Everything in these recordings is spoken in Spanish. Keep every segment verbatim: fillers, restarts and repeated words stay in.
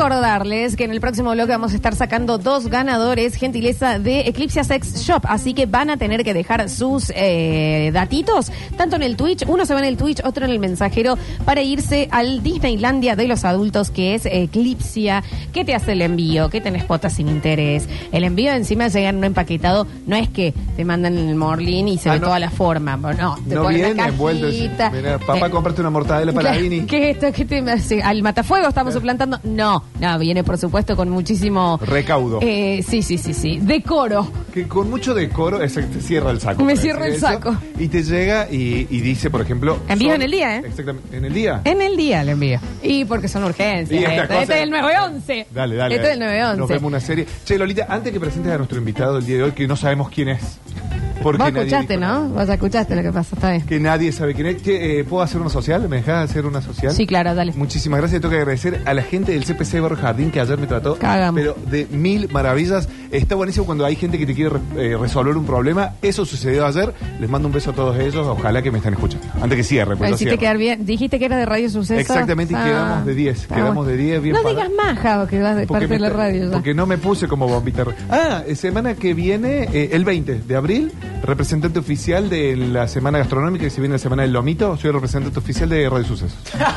recordarles que en el próximo bloque vamos a estar sacando dos ganadores, gentileza de Eclipse Sex Shop, así que van a tener que dejar sus eh, datitos, tanto en el Twitch, uno se va en el Twitch, otro en el mensajero, para irse al Disneylandia de los adultos, que es Eclipsia, que te hace el envío, que tenés potas sin interés. El envío encima llega en un empaquetado, no es que te mandan el morlín y se ah, ve no. toda la forma, no, te no ponen viene la envuelto. cajita. Mira, papá, te, cómprate una mortadela para la Vini. ¿Qué es esto? ¿Qué te hace? ¿Al matafuego estamos suplantando? No, no, viene por supuesto con muchísimo recaudo. Eh, sí, sí, sí, sí. Decoro. Que con mucho decoro es, te cierra el saco. Me cierra el eso, saco. Y te llega y, y dice, por ejemplo... Envío son, en el día, ¿eh? Exactamente. ¿En el día? En el día le envío. Y porque son urgencias. Este, este, este es el nueve once. Dale, dale. Este es el nueve once. Nos vemos una serie. Che, Lolita, antes que presentes a nuestro invitado el día de hoy, que no sabemos quién es. Vos escuchaste, ¿no? Vos escuchaste lo que pasa, está bien. Que nadie sabe quién es. ¿Qué, eh, ¿Puedo hacer una social? ¿Me dejás hacer una social? Sí, claro, dale. Muchísimas gracias. Tengo que agradecer a la gente del C P C Barrio Jardín, que ayer me trató, Cagamos. pero de mil maravillas. Está buenísimo cuando hay gente que te quiere eh, resolver un problema. Eso sucedió ayer. Les mando un beso a todos ellos. Ojalá que me estén escuchando. Antes que cierre. Pues Hiciste quedar bien. Dijiste que era de Radio Suceso. Exactamente, y ah, quedamos de diez. Quedamos bueno. de diez. Bien no para... digas más, Javo, que vas de porque parte de la está, radio. Ya. Porque no me puse como bombita. Ah, semana que viene, eh, el veinte de abril, representante oficial de la semana gastronómica, que se viene la semana del lomito, soy el representante oficial de Radio Suceso.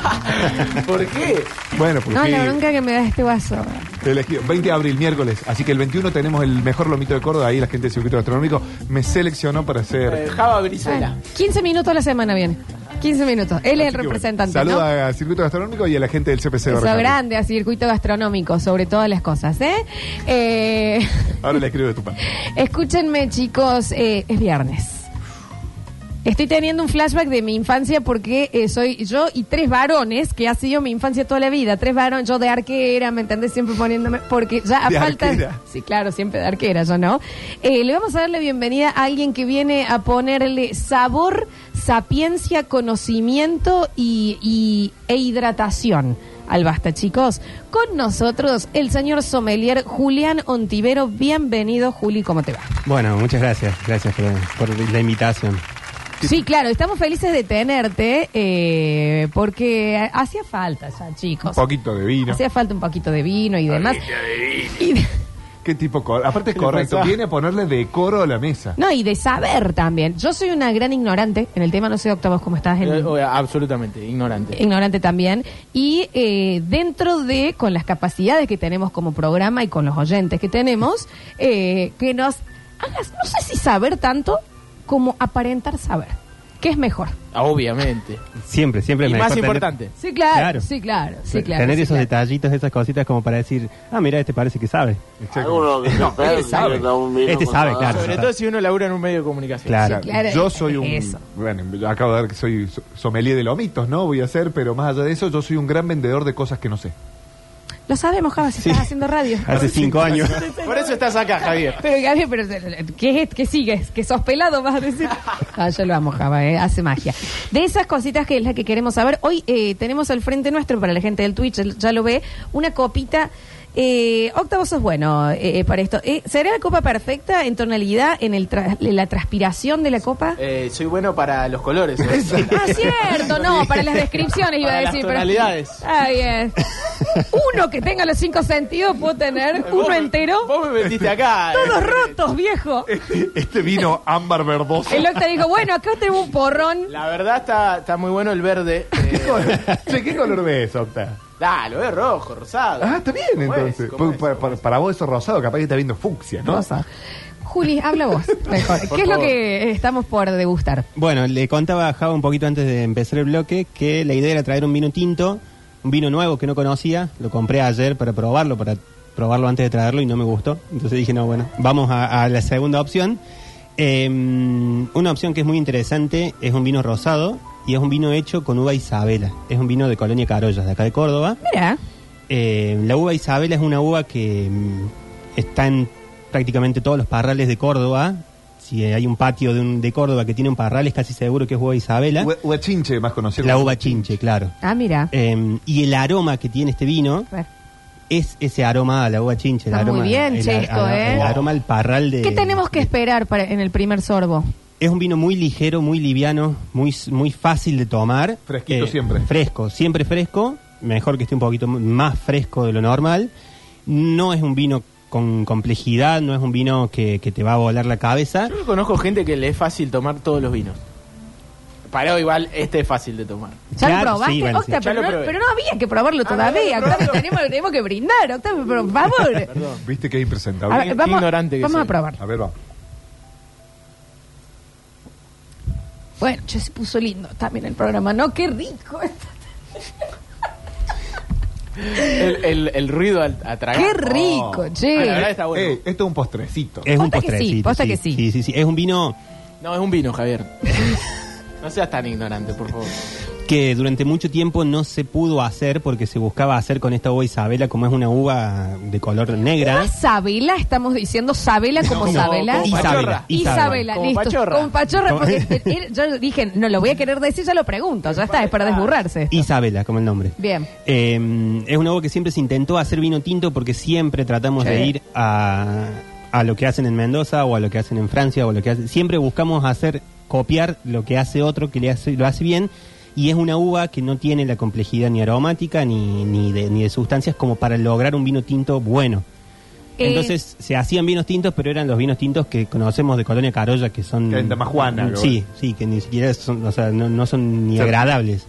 ¿Por qué? Bueno, porque... No, la bronca que me da este vaso. Elegí, veinte de abril, miércoles. Así que el veintiuno tenemos el mejor lomito de Córdoba. Ahí la gente del circuito gastronómico me seleccionó para hacer... Eh, Java Brizuela. Bueno, quince minutos a la semana viene. quince minutos. Él es el representante. Bueno, saluda ¿no? al circuito gastronómico y a la gente del C P C. Eso grande, a circuito gastronómico, sobre todas las cosas, ¿eh? eh... Ahora le escribo de tu parte. Escúchenme, chicos, eh, es viernes. Estoy teniendo un flashback de mi infancia porque eh, soy yo y tres varones, que ha sido mi infancia toda la vida. Tres varones, yo de arquera, ¿me entendés? Siempre poniéndome... Porque ya a de falta... Arquera. Sí, claro, siempre de arquera, yo no. Eh, le vamos a darle bienvenida a alguien que viene a ponerle sabor, sapiencia, conocimiento y, y, e hidratación al Basta, chicos. Con nosotros el señor sommelier Julián Ontivero. Bienvenido, Juli, ¿cómo te va? Bueno, muchas gracias. Gracias por, por la invitación. Sí, claro, estamos felices de tenerte eh, porque hacía falta ya, chicos. Un poquito de vino. Hacía falta un poquito de vino y demás. Y de, ¿Qué tipo? Cor- Aparte es correcto, viene a ponerle decoro a la mesa. no, y de saber también. Yo soy una gran ignorante en el tema, no sé, Octavos, cómo estás. En, Eh, absolutamente, ignorante. ignorante también. Y eh, dentro de, con las capacidades que tenemos como programa y con los oyentes que tenemos, eh, que nos hagas, no sé si saber tanto como aparentar saber. ¿Qué es mejor? Ah, obviamente. Siempre, siempre Y es más mejor importante. Sí, claro, Claro. sí, claro, sí, tener, claro. tener sí, esos claro. detallitos, esas cositas como para decir, ah, mira, este parece que sabe. Alguno que se perde, sabe. que da un vino Este con sabe, nada. claro. Sobre todo si uno labura en un medio de comunicación. Claro. Sí, claro, Yo soy un... eso. Bueno, yo acabo de dar que soy so- sommelier de lomitos, ¿no? Voy a hacer, pero más allá de eso, yo soy un gran vendedor de cosas que no sé. Lo sabemos, Java, si Sí. estás haciendo radio. Hace cinco años. Por eso estás acá, Javier. Pero, Gaby, pero ¿qué, es, ¿qué sigues? ¿Que sos pelado, vas a decir? Ah, yo lo amo, Java, eh, hace magia. De esas cositas que es la que queremos saber, hoy eh, tenemos al frente nuestro, para la gente del Twitch, ya lo ve, una copita. Eh, Octavos es bueno eh, para esto. Eh, ¿Será la copa perfecta en tonalidad, en el tra- en la transpiración de la copa? Eh, soy bueno para los colores. ¿eh? Ah, cierto, no, para las descripciones iba Para a las decir. pero- tonalidades. Ah, bien. Uno que tenga los cinco sentidos, puedo tener Vos uno me- entero. Vos me metiste acá. eh. Todos rotos, viejo. Este, este vino ámbar verdoso. El Octa dijo, bueno, acá tenemos un porrón. La verdad está, está muy bueno el verde. eh, Che, ¿qué color ves, Octa? Ah, lo ves rojo, rosado. Ah, está bien, ¿Cómo entonces. es? ¿Cómo Pa- es? pa- para, para vos eso rosado, capaz que está viendo fucsia, ¿no? Rosa. Juli, habla vos. Mejor. ¿Qué es lo favor. que estamos por degustar? Bueno, le contaba a Java un poquito antes de empezar el bloque que la idea era traer un vino tinto, un vino nuevo que no conocía. Lo compré ayer para probarlo, para probarlo antes de traerlo y no me gustó. Entonces dije, no, bueno, vamos a, a la segunda opción. Eh, una opción que es muy interesante es un vino rosado y es un vino hecho con uva Isabela. Es un vino de Colonia Carollas, de acá de Córdoba. Mira. Eh, la uva Isabela es una uva que mm, está en prácticamente todos los parrales de Córdoba. Si hay un patio de, un, de Córdoba que tiene un parral, es casi seguro que es uva Isabela. Uva- Uva chinche, más conocido. La como- uva chinche, claro. Ah, mira. Eh, y el aroma que tiene este vino A ver. es ese aroma a la uva chinche. El Está muy aroma, bien, el, che, a- esto, a- ¿eh? el aroma al parral de... ¿Qué tenemos que de- esperar para, en el primer sorbo? Es un vino muy ligero, muy liviano, muy muy fácil de tomar. Fresquito siempre. Fresco, siempre fresco. mejor que esté un poquito más fresco de lo normal. No es un vino con complejidad, no es un vino que, que te va a volar la cabeza. Yo conozco gente que le es fácil tomar todos los vinos. Para igual, este es fácil de tomar. ¿Ya Claro, lo probaste, sí, bueno, Octa? sí. Pero, Ya lo no, probé. pero no había que probarlo Ah, todavía. no, no, Octavio, no. tenemos, tenemos que brindar, Octavio, por favor. Perdón. Viste que es impresentable. A ver, Qué vamos, ignorante que vamos a soy. probar. A ver, va. Bueno, che, se puso lindo también el programa, ¿no? Qué rico. El, el, el ruido al, a tragar. Qué rico, Oh. che. Ah, la verdad está bueno. Ey, esto es un postrecito. Es un Posta que sí, postrecito. posta que sí. Sí, sí, sí. Es un vino No, es un vino, Javier. No seas tan ignorante, por favor. que durante mucho tiempo no se pudo hacer porque se buscaba hacer con esta uva Isabela, como es una uva de color negra. ¿Uva Sabela? Estamos diciendo Sabela como No, Sabela. como Isabela. Pachorra. Isabela, Como listo. Pachorra. Como Pachorra, Como- porque eh, eh, yo dije, no lo voy a querer decir, ya lo pregunto, ya está, es para desburrarse. esto. Isabela, como el nombre. Bien. Eh, es una uva que siempre se intentó hacer vino tinto porque siempre tratamos Sí. de ir a, a lo que hacen en Mendoza o a lo que hacen en Francia o lo que hacen. Siempre buscamos hacer, copiar lo que hace otro que le hace, lo hace bien. Y es una uva que no tiene la complejidad ni aromática ni, ni, de, ni de sustancias como para lograr un vino tinto bueno. Eh, Entonces se hacían vinos tintos, pero eran los vinos tintos que conocemos de Colonia Carolla, que son... Que en Damajuana, ¿no? Sí, sí, que ni siquiera son, o sea, no, no son ni Sí. agradables.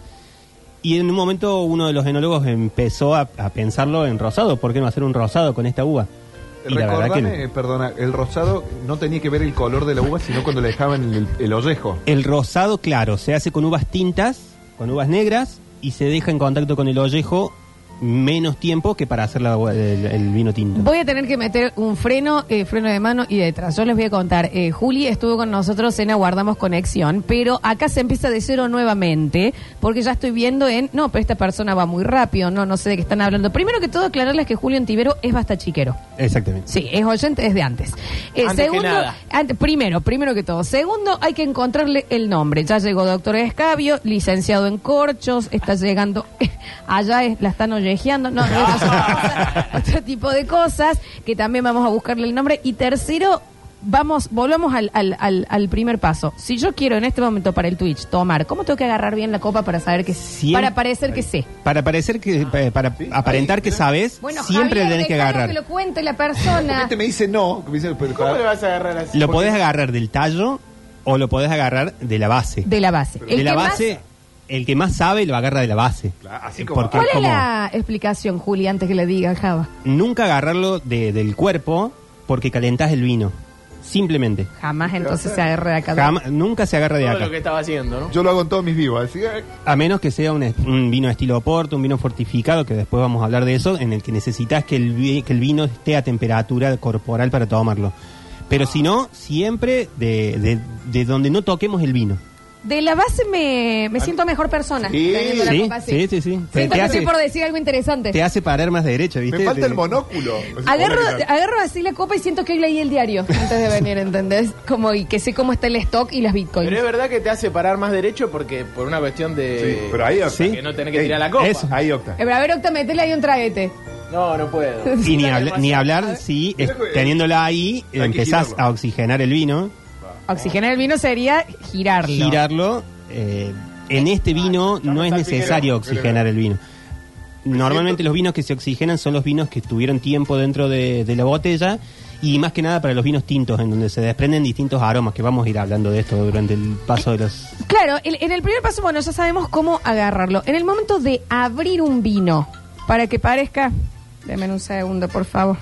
Y en un momento uno de los enólogos empezó a, a pensarlo en rosado. ¿Por qué no hacer un rosado con esta uva? Y la verdad que Recordame, no. perdona, el rosado no tenía que ver el color de la uva, sino cuando le dejaban el, el ollejo. El rosado, claro, se hace con uvas tintas, con uvas negras, y se deja en contacto con el ollejo menos tiempo que para hacer la- el, el vino tinto. Voy a tener que meter un freno, eh, freno de mano y detrás. Yo les voy a contar. Eh, Juli estuvo con nosotros en Aguardamos Conexión, pero acá se empieza de cero nuevamente, porque ya estoy viendo en, no, pero esta persona va muy rápido, no, no sé de qué están hablando. Primero que todo, aclararles que Julio Antivero es bastachiquero. Exactamente. Sí, es oyente desde antes. Eh, Antes que segundo, nada. ante- primero, primero que todo. Segundo, hay que encontrarle el nombre. Ya llegó doctor Escabio, licenciado en corchos, está llegando, allá es- la están ollejeando, no, no, esas son cosas, otro tipo de cosas que también vamos a buscarle el nombre. Y tercero, vamos, volvamos al, al, al, al primer paso. Si yo quiero en este momento para el Twitch tomar, ¿cómo tengo que agarrar bien la copa para saber que Siempre- para parecer que sé? Para parecer que, pa- para Sí, aparentar ahí, que mira. sabes, Bueno, siempre Javier, tenés que dejalo agarrar. que lo cuente la persona. Este me dice no. que me dice, pero- ¿Cómo le vas a agarrar así? Lo Porque- podés agarrar del tallo o lo podés agarrar de la base. De la base. de la que más- base, el que más sabe lo agarra de la base. Claro, así Eh, como- porque ¿Cuál es como la explicación, Juli, antes que le diga Java? nunca agarrarlo de- del cuerpo porque calentás el vino. Simplemente. Jamás entonces se agarra de acá. Jamás- nunca se agarra de Todo acá. lo que estaba haciendo, ¿no? Yo lo hago en todos mis vivos. Así, eh, A menos que sea un, est- un vino estilo Oporto, un vino fortificado, que después vamos a hablar de eso, en el que necesitas que el, vi- que el vino esté a temperatura corporal para tomarlo. Pero si no, siempre de, de, de donde no toquemos el vino. De la base me, me siento mejor persona. Sí. teniendo la Sí, copa así. sí, sí, sí. Te, Siento te que hace, estoy por decir algo interesante. te hace parar más derecho, ¿viste? me falta Te- el monóculo. Así, Agarro, hola, ¿qué tal? agarro así la copa y siento que hoy leí el diario antes de venir, ¿entendés? Como y que sé cómo está el stock y las bitcoins. Pero es verdad que te hace parar más derecho porque por una cuestión de... Sí, pero ahí, Sí. Que no tenés que Ey, tirar la copa. eso. Ahí, Octa. Eh, pero a ver, Octa, metele ahí un traguete. No, no puedo. Y ni, habla- ni hablar si es- teniéndola ahí Hay que empezás girarlo. a oxigenar el vino, Oxigenar el vino sería girarlo. girarlo. eh, en este vino no es necesario oxigenar el vino. Normalmente los vinos que se oxigenan son los vinos que estuvieron tiempo dentro de, de la botella y más que nada para los vinos tintos, en donde se desprenden distintos aromas, que vamos a ir hablando de esto durante el paso de los... Claro, el- en el primer paso, bueno, ya sabemos cómo agarrarlo. En el momento de abrir un vino, para que parezca... Deme un segundo, por favor.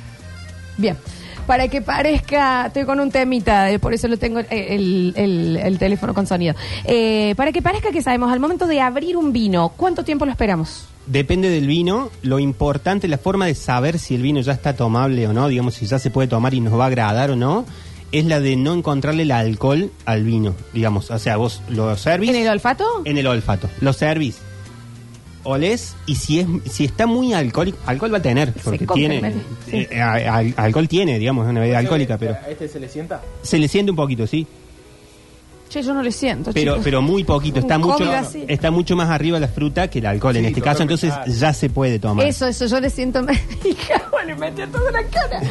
Bien. Para que parezca... Estoy con un temita, eh, por eso lo tengo el, el- el- el teléfono con sonido. Eh, para que parezca que sabemos, al momento de abrir un vino, ¿cuánto tiempo lo esperamos? Depende del vino, lo importante, la forma de saber si el vino ya está tomable o no, digamos, si ya se puede tomar y nos va a agradar o no, es la de no encontrarle el alcohol al vino, digamos. O sea, vos lo servís... ¿En el olfato? En el olfato. Lo servís, olés, y si es si está muy alcohólico, alcohol va a tener, porque tiene... cómprenme, sí. eh, a- a- alcohol tiene, digamos, es una bebida alcohólica, pero ¿A este se le sienta? se le siente un poquito, sí. Che, yo no le siento, Pero chicos. pero muy poquito, está Un mucho COVID así. está mucho más arriba la fruta que el alcohol en Sí, este caso, totalmente. entonces ya se puede tomar. Eso, eso, yo le siento... Hija, le metió toda la cara.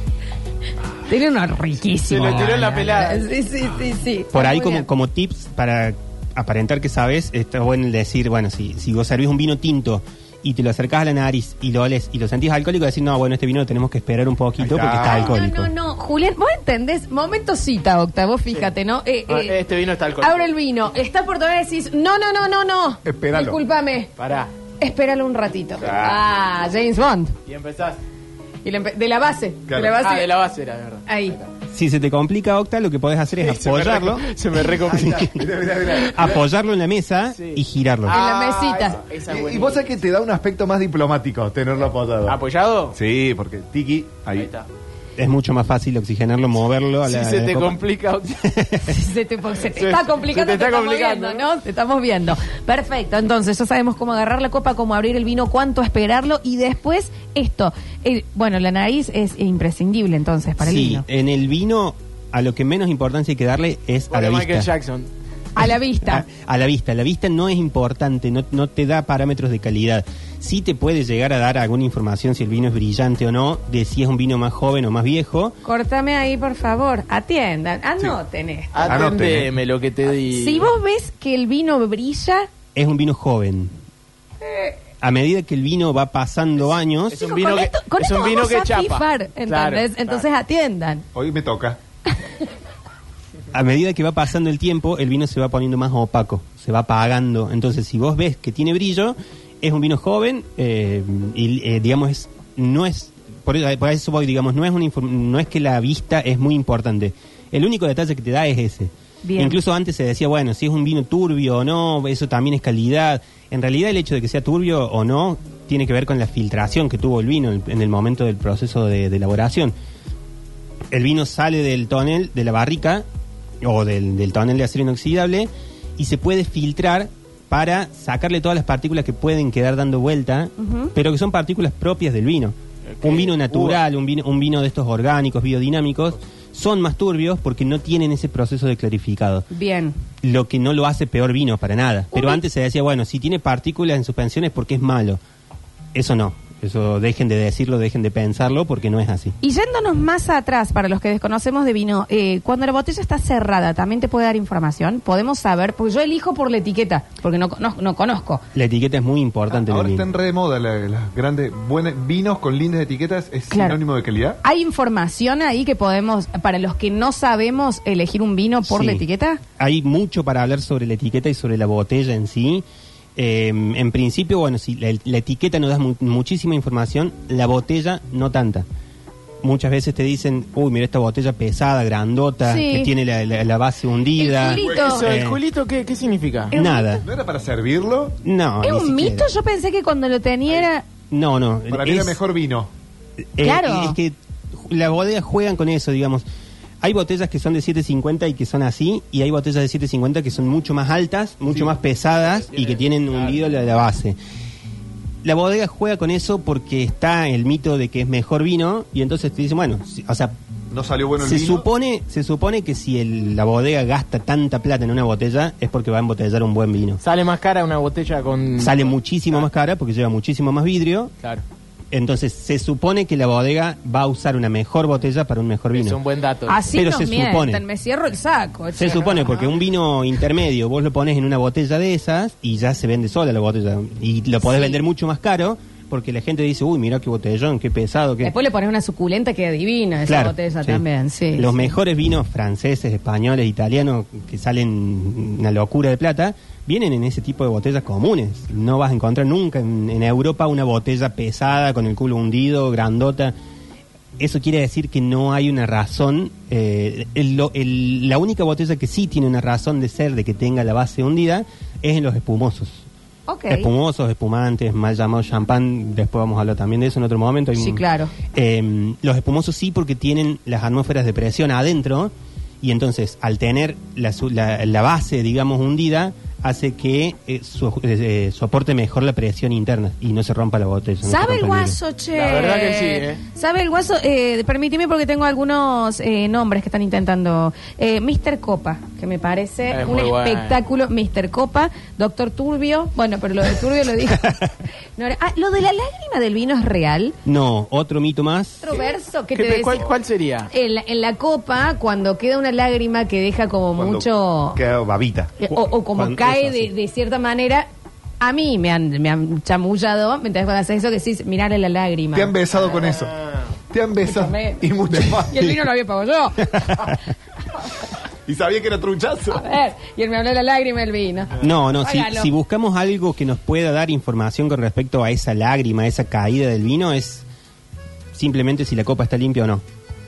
Tiene uno riquísimo. Se le tiró en la pelada. Sí, sí, sí, sí. Por Está ahí muy como, bien. como tips para aparentar que sabes, está bueno el decir, bueno, si, si vos servís un vino tinto y te lo acercás a la nariz y lo olés y lo sentís alcohólico, decís, no, bueno, este vino lo tenemos que esperar un poquito porque está alcohólico. No, no, no, Julián, vos entendés, momento cita, Octa, vos fíjate, sí. ¿no? Eh, Ah, eh, este vino está alcohólico. Abre el vino, está por tomar y decís, no, no, no, no, no. Espéralo. Discúlpame. Pará. Espéralo un ratito. Ah, James Bond. Y empezás. Y la empe- de la base. Claro. De la base. Ah, de la base era, de verdad. Ahí. Si se te complica, Octa, lo que podés hacer es Se me apoyarlo, re- Se me recomplica. Mirá, mirá, mirá. apoyarlo en la mesa Sí. y girarlo. Ah. En la mesita. esa- esa es Y, y buenísima. vos sabés que te da un aspecto más diplomático tenerlo apoyado. ¿Apoyado? Sí, porque Tiki, ahí. Ahí está. Es mucho más fácil oxigenarlo, moverlo a Si la, se a la te copa. complica. Se te, se te Se- está complicando, se te está estamos complicando, viendo, ¿no? Te estamos viendo. Perfecto, entonces ya sabemos cómo agarrar la copa, cómo abrir el vino, cuánto esperarlo y después esto. El- bueno, la nariz es imprescindible entonces para el Sí, vino. en el vino a lo que menos importancia hay que darle es a la Bueno, Michael vista. Jackson. A la vista. A, a la vista. La vista no es importante, no, no te da parámetros de calidad. Sí te puede llegar a dar alguna información si el vino es brillante o no, de si es un vino más joven o más viejo. Córtame ahí, por favor. Atiendan, anoten esto. Atendeme lo que te di. Si vos ves que el vino brilla, Es un vino joven. A medida que el vino va pasando años, Es un hijo, vino con que- esto, con es esto un vino vamos que a chapa. pifar, ¿entendés? Claro, Entonces claro. atiendan. Hoy me toca. a medida que va pasando el tiempo, el vino se va poniendo más opaco, se va apagando. Entonces, si vos ves que tiene brillo, es un vino joven eh, y, eh, digamos, es, no es, por eso, por eso voy, digamos, no es, una inform- no es que la vista es muy importante. El único detalle que te da es ese. Bien. Incluso antes se decía, bueno, si es un vino turbio o no, eso también es calidad. En realidad, el hecho de que sea turbio o no tiene que ver con la filtración que tuvo el vino en, en el momento del proceso de, de elaboración. El vino sale del tonel, de la barrica, o del, del tonel de acero inoxidable, y se puede filtrar para sacarle todas las partículas que pueden quedar dando vuelta, Ujú. pero que son partículas propias del vino. Ok. Un vino natural, un vino, un vino de estos orgánicos, biodinámicos, son más turbios porque no tienen ese proceso de clarificado. Bien. Lo que no lo hace peor vino para nada. Pero vi- antes se decía, bueno, si tiene partículas en suspensión es porque es malo. Eso no. Eso dejen de decirlo, dejen de pensarlo porque no es así. Y yéndonos más atrás, para los que desconocemos de vino, eh, cuando la botella está cerrada, ¿también te puede dar información? Podemos saber, porque yo elijo por la etiqueta, porque no, no, no conozco. La etiqueta es muy importante en el Ahora vino. está en re de moda las la grandes buenos vinos con lindas etiquetas. ¿Es Claro. sinónimo de calidad? ¿Hay información ahí que podemos, para los que no sabemos elegir un vino por Sí. la etiqueta? Hay mucho para hablar sobre la etiqueta y sobre la botella en sí. Eh, en principio, bueno, si la, la etiqueta nos da mu- muchísima información, la botella no tanta. Muchas veces te dicen, uy, mira esta botella pesada, grandota, Sí. que tiene la, la- la base hundida. El culito. Eso, Eh, ¿el culito qué, qué significa? Es un Nada. ¿No era para servirlo? No, ¿Es ni un siquiera. mito? Yo pensé que cuando lo tenía era... No, no. Para mí era es- mejor vino. eh, Claro. Es que las bodegas juegan con eso, digamos. Hay botellas que son de siete cincuenta y que son así, y hay botellas de siete cincuenta que son mucho más altas, mucho Sí. más pesadas y que tienen hundido la, la base. La bodega juega con eso porque está el mito de que es mejor vino, y entonces te dicen, bueno, si- o sea, ¿No salió bueno el se vino? supone, se supone que si el- la bodega gasta tanta plata en una botella es porque va a embotellar un buen vino. Sale más cara una botella con... Sale muchísimo más cara porque lleva muchísimo más vidrio. Claro. Entonces se supone que la bodega va a usar una mejor botella para un mejor Es vino. un buen dato. Así Pero nos se mienten, supone. me cierro el saco. Se che. supone, porque un vino intermedio vos lo pones en una botella de esas y ya se vende sola la botella. Y lo podés Sí. vender mucho más caro porque la gente dice, uy, mira qué botellón, qué pesado. Qué... Después le pones una suculenta que adivina esa Claro, botella sí. también, sí. Los sí. mejores vinos franceses, españoles, italianos, que salen una locura de plata, vienen en ese tipo de botellas comunes. No vas a encontrar nunca en, en Europa una botella pesada, con el culo hundido, grandota. Eso quiere decir que no hay una razón. eh, el- lo- el- la única botella que sí tiene una razón de ser, de que tenga la base hundida, es en los espumosos. Ok. Espumosos, espumantes, mal llamado champán, después vamos a hablar también de eso en otro momento. Hay Sí, un- claro. Eh, los espumosos sí, porque tienen las atmósferas de presión adentro, y entonces al tener la, su- la, la base, digamos, hundida, hace que eh, su- eh, soporte mejor la presión interna y no se rompa la botella. no se ¿Sabe el rompa vidrio. guaso, che? La verdad que sí, ¿eh? ¿Sabe el guaso? Eh, permíteme porque tengo algunos eh, nombres que están intentando. Eh, mister Copa, que me parece Es un muy bueno. espectáculo. mister Copa, Doctor Turbio. Bueno, pero lo de Turbio lo dijo. No era- ah, lo de la lágrima del vino es real. No, otro mito más. Otro verso que ¿Qué te pe- decía. ¿Cuál, cuál sería? En la, en la copa, cuando queda una lágrima que deja como Cuando mucho... Queda babita. eh, o, o como Cuando- cae eso, de, sí. de cierta manera, A mí me han, me han chamullado, mientras cuando haces eso que decís, mirarle la lágrima. Te han besado con eso. Te han besado. Y mucho más. Y el vino lo había pagado yo. Y sabía que era trunchazo. A ver, y él me habló de la lágrima del vino. No, no, si, Hágalo. si buscamos algo que nos pueda dar información con respecto a esa lágrima, a esa caída del vino, es simplemente si la copa está limpia o no.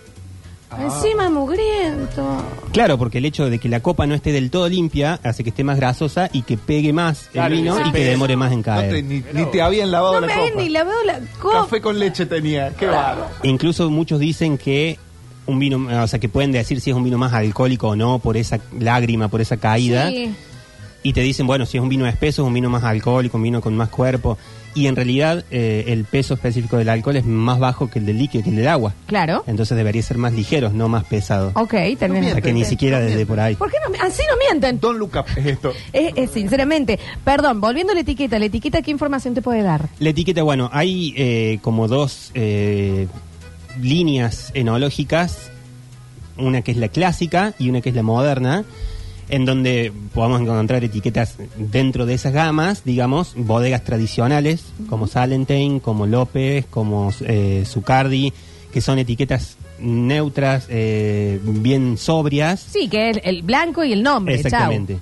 Ah. Encima mugriento. Claro, porque el hecho de que la copa no esté del todo limpia hace que esté más grasosa y que pegue más Claro, el vino que se y que pegue. demore más en No caer. te- ni, ni te habían lavado No la me copa. ven ni la veo la copa. Café con leche tenía. Qué bárbaro. E incluso muchos dicen que un vino, o sea, que pueden decir si es un vino más alcohólico o no por esa lágrima, por esa caída. Sí. Y te dicen, bueno, si es un vino espeso, es un vino más alcohólico, un vino con más cuerpo. Y en realidad eh, el peso específico del alcohol es más bajo que el del líquido, que el del agua. Claro. Entonces debería ser más ligero, no más pesado. Ok, tenés. O sea, que ni siquiera desde por ahí. ¿Por qué no? Así no mienten. Don't look up es esto. Es, es, sinceramente, perdón, volviendo a la etiqueta, ¿la etiqueta qué información te puede dar? La etiqueta, bueno, hay eh, como dos eh, líneas enológicas, una que es la clásica y una que es la moderna, en donde podemos encontrar etiquetas dentro de esas gamas, digamos, bodegas tradicionales, como Salentein, como López, como eh, Zucardi, que son etiquetas neutras, eh, bien sobrias. Sí, que es el blanco y el nombre. Exactamente.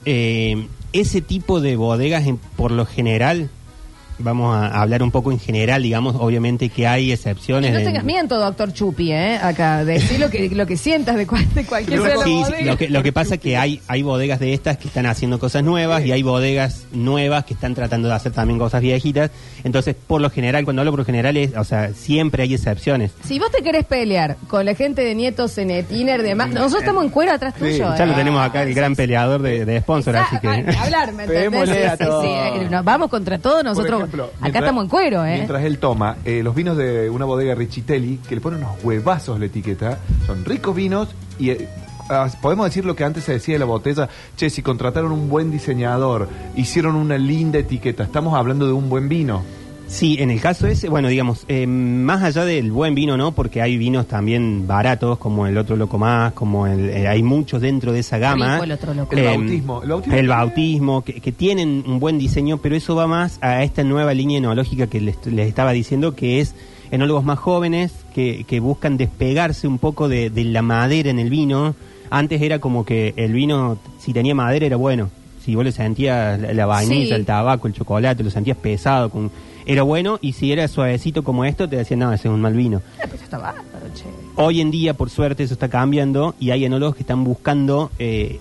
Eh, ese tipo de bodegas, en- por lo general, vamos a hablar un poco en general, digamos, obviamente que hay Chau. Y excepciones. no en- tengas miedo, doctor Chupi, ¿eh? Acá, decir lo que, lo que sientas de, cual- de cualquier Pero sea la Sí, sí, bodega. lo que, lo que pasa es que hay, hay bodegas de estas que están haciendo cosas nuevas y hay bodegas nuevas que están tratando de hacer también cosas viejitas. Entonces, por lo general, cuando hablo por lo general, es, o sea, siempre hay excepciones. Si vos te querés pelear con la gente de Nietos, Cenetiner, demás, nosotros estamos en cuero atrás Sí, tuyo. Ya ¿eh? lo tenemos acá, el gran peleador de, de sponsor, Ah, así que... ah, hablar, ¿me entendés? Peguémosle a Sí, sí, todo. sí, eh, nos vamos contra todo, nosotros Por ejemplo, acá mientras- estamos en cuero, ¿eh? Mientras él toma eh, los vinos de una bodega Richitelli, que le ponen unos huevazos la etiqueta, son ricos vinos y eh, ah, podemos decir lo que antes se decía de la botella, che, si contrataron un buen diseñador, hicieron una linda etiqueta, estamos hablando de un buen vino. Sí, en el caso ese, bueno, digamos, eh, más allá del buen vino, ¿no? Porque hay vinos también baratos, como el otro Loco Más, como el... eh, hay muchos dentro de esa gama. Rico el Otro Loco. El Eh, bautismo, el bautismo. El bautismo, que, que tienen un buen diseño, pero eso va más a esta nueva línea enológica que les, les estaba diciendo, que es enólogos más jóvenes que, que buscan despegarse un poco de, de la madera en el vino. Antes era como que el vino, si tenía madera, era bueno. Si vos le sentías la, la vainilla, Sí. el tabaco, el chocolate, lo sentías pesado, con, era bueno. Y si era suavecito como esto, te decían, no, ese es un mal vino. Eh, pues está bárbaro, che. Hoy en día, por suerte, eso está cambiando y hay enólogos que están buscando eh,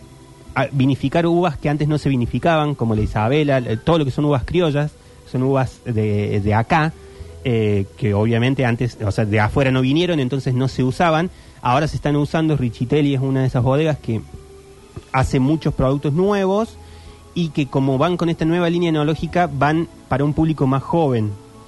a- vinificar uvas que antes no se vinificaban, como la Isabela, eh, todo lo que son uvas criollas, son uvas de, de acá, eh, que obviamente antes, o sea, de afuera no vinieron, entonces no se usaban. Ahora se están usando. Richitelli es una de esas bodegas que hace muchos productos nuevos y que, como van con esta nueva línea enológica, van para un público más joven.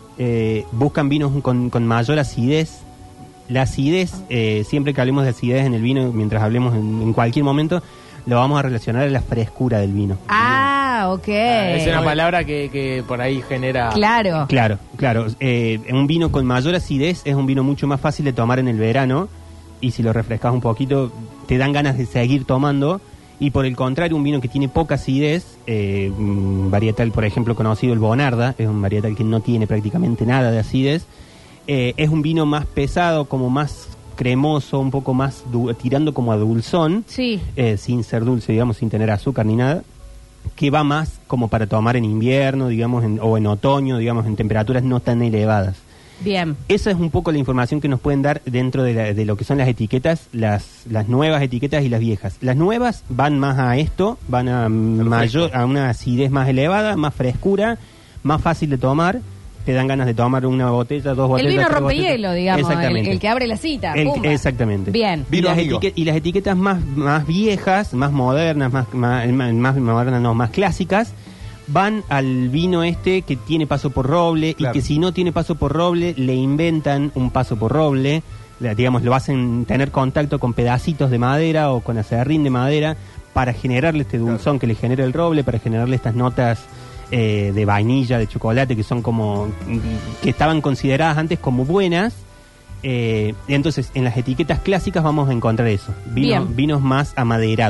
Eh, buscan vinos con, con mayor acidez. La acidez, eh, siempre que hablemos de acidez en el vino, mientras hablemos en, en cualquier momento, lo vamos a relacionar a la frescura del vino. Ah, ok. Es una palabra que, que por ahí genera... Claro. Claro, claro. Eh, un vino con mayor acidez es un vino mucho más fácil de tomar en el verano, y si lo refrescas un poquito, te dan ganas de seguir tomando. Y por el contrario, un vino que tiene poca acidez, eh, un varietal, por ejemplo, conocido el Bonarda, es un varietal que no tiene prácticamente nada de acidez, eh, es un vino más pesado, como más cremoso, un poco más du- tirando como a dulzón, Sí. eh, sin ser dulce, digamos, sin tener azúcar ni nada, que va más como para tomar en invierno, digamos, en- o en otoño, digamos, en temperaturas no tan elevadas. Bien. Esa es un poco la información que nos pueden dar dentro de, la- de lo que son las etiquetas, las, las nuevas etiquetas y las viejas. Las nuevas van más a esto, van a mayor, a una acidez más elevada, más frescura, más fácil de tomar. Te dan ganas de tomar una botella, dos El botellas. vino tres rompehielo, botellas. digamos, el, Exactamente. el que abre la cita. El- pumba. exactamente. Bien. Y Vino las, amigo. etiquet- y las etiquetas más, más viejas, más modernas, más, más, más modernas, no, más clásicas, van al vino este que tiene paso por roble, Claro. y que si no tiene paso por roble, le inventan un paso por roble, le- digamos, lo hacen tener contacto con pedacitos de madera o con acerrín de madera para generarle este dulzón que le genera el roble, para generarle estas notas eh, de vainilla, de chocolate, que son como, que estaban consideradas antes como buenas. Eh, entonces, en las etiquetas clásicas vamos a encontrar eso, vino- Bien. vinos más amaderados.